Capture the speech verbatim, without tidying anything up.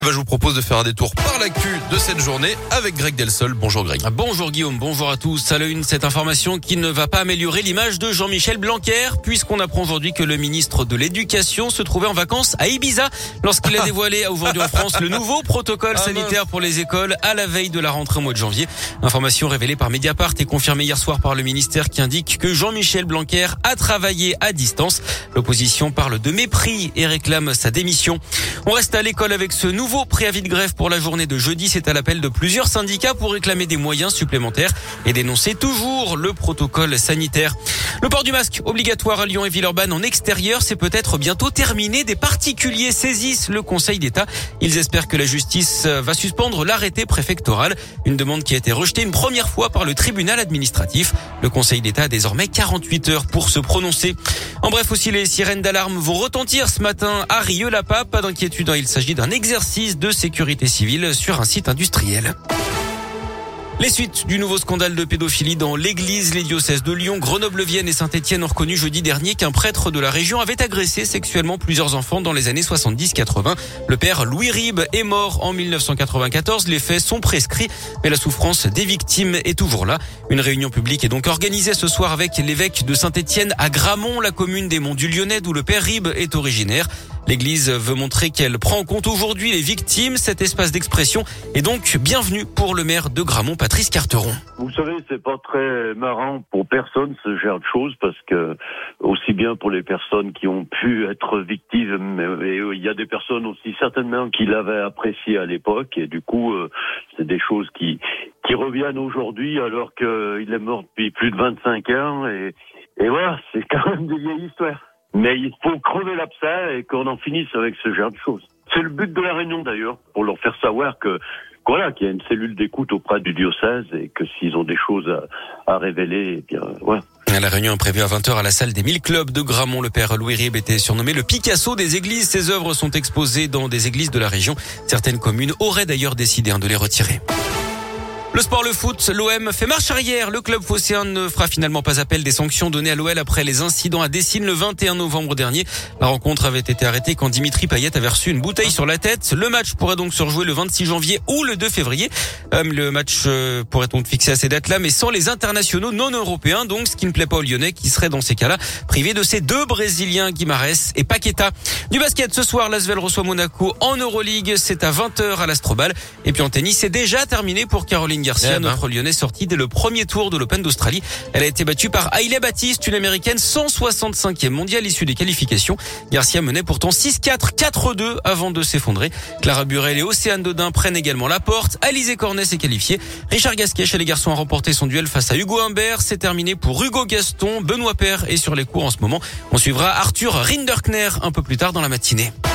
Je vous propose de faire un détour par l'actu de cette journée avec Greg Delsol. Bonjour Greg. Bonjour Guillaume, bonjour à tous. À la une, cette information qui ne va pas améliorer l'image de Jean-Michel Blanquer, puisqu'on apprend aujourd'hui que le ministre de l'Éducation se trouvait en vacances à Ibiza lorsqu'il a dévoilé à Aujourd'hui en France le nouveau protocole sanitaire pour les écoles à la veille de la rentrée au mois de janvier. Information révélée par Mediapart et confirmée hier soir par le ministère qui indique que Jean-Michel Blanquer a travaillé à distance. L'opposition parle de mépris et réclame sa démission. On reste à l'école avec ce nouveau préavis de grève pour la journée de jeudi. C'est à l'appel de plusieurs syndicats pour réclamer des moyens supplémentaires et dénoncer toujours le protocole sanitaire. Le port du masque obligatoire à Lyon et Villeurbanne en extérieur, c'est peut-être bientôt terminé. Des particuliers saisissent le Conseil d'État. Ils espèrent que la justice va suspendre l'arrêté préfectoral. Une demande qui a été rejetée une première fois par le tribunal administratif. Le Conseil d'État a désormais quarante-huit heures pour se prononcer. En bref, aussi les sirènes d'alarme vont retentir ce matin à Rieux-la-Pape. Pas d'inquiétude, il s'agit d'un exercice de sécurité civile sur un site industriel. Les suites du nouveau scandale de pédophilie dans l'église, les diocèses de Lyon, Grenoble, Vienne et Saint-Étienne ont reconnu jeudi dernier qu'un prêtre de la région avait agressé sexuellement plusieurs enfants dans les années soixante-dix quatre-vingts. Le père Louis Ribes est mort en mille neuf cent quatre-vingt-quatorze. Les faits sont prescrits, mais la souffrance des victimes est toujours là. Une réunion publique est donc organisée ce soir avec l'évêque de Saint-Étienne à Gramont, la commune des Monts du Lyonnais, d'où le père Ribes est originaire. L'église veut montrer qu'elle prend en compte aujourd'hui les victimes. Cet espace d'expression est donc bienvenu pour le maire de Gramont, Patrice Carteron. Vous savez, c'est pas très marrant pour personne ce genre de choses parce que aussi bien pour les personnes qui ont pu être victimes, mais il y a des personnes aussi certainement qui l'avaient apprécié à l'époque et du coup, euh, c'est des choses qui qui reviennent aujourd'hui alors qu'il est mort depuis plus de vingt-cinq ans et et voilà, c'est quand même des vieilles histoires. Mais il faut crever l'abcès et qu'on en finisse avec ce genre de choses. C'est le but de la réunion d'ailleurs, pour leur faire savoir que voilà, qu'il y a une cellule d'écoute auprès du diocèse et que s'ils ont des choses à, à révéler, eh bien voilà. La réunion est prévue à vingt heures à la salle des mille clubs de Gramont. Le père Louis Ribes était surnommé le Picasso des églises. Ses œuvres sont exposées dans des églises de la région. Certaines communes auraient d'ailleurs décidé de les retirer. Le sport, le foot, l'O M fait marche arrière. Le club phocéen ne fera finalement pas appel des sanctions données à l'O L après les incidents à Dessines le vingt et un novembre dernier. La rencontre avait été arrêtée quand Dimitri Payet avait reçu une bouteille sur la tête. Le match pourrait donc se rejouer le vingt-six janvier ou le deux février. Euh, le match euh, pourrait donc fixer à ces dates-là, mais sans les internationaux non européens, donc ce qui ne plaît pas aux Lyonnais qui seraient dans ces cas-là privés de ces deux Brésiliens, Guimarães et Paqueta. Du basket, ce soir, l'Asvel reçoit Monaco en Euroleague. C'est à vingt heures à l'Astrobal. Et puis en tennis, c'est déjà terminé pour Caroline Garcia, eh ben. notre Lyonnais sortie dès le premier tour de l'Open d'Australie. Elle a été battue par Hailey Baptiste, une américaine cent soixante-cinquième mondiale issue des qualifications. Garcia menait pourtant six quatre, quatre deux avant de s'effondrer. Clara Burel et Océane Dodin prennent également la porte. Alizé Cornet s'est qualifié. Richard Gasquet chez les garçons a remporté son duel face à Hugo Humbert. C'est terminé pour Hugo Gaston. Benoît Paire est sur les cours en ce moment. On suivra Arthur Rinderkner un peu plus tard dans la matinée.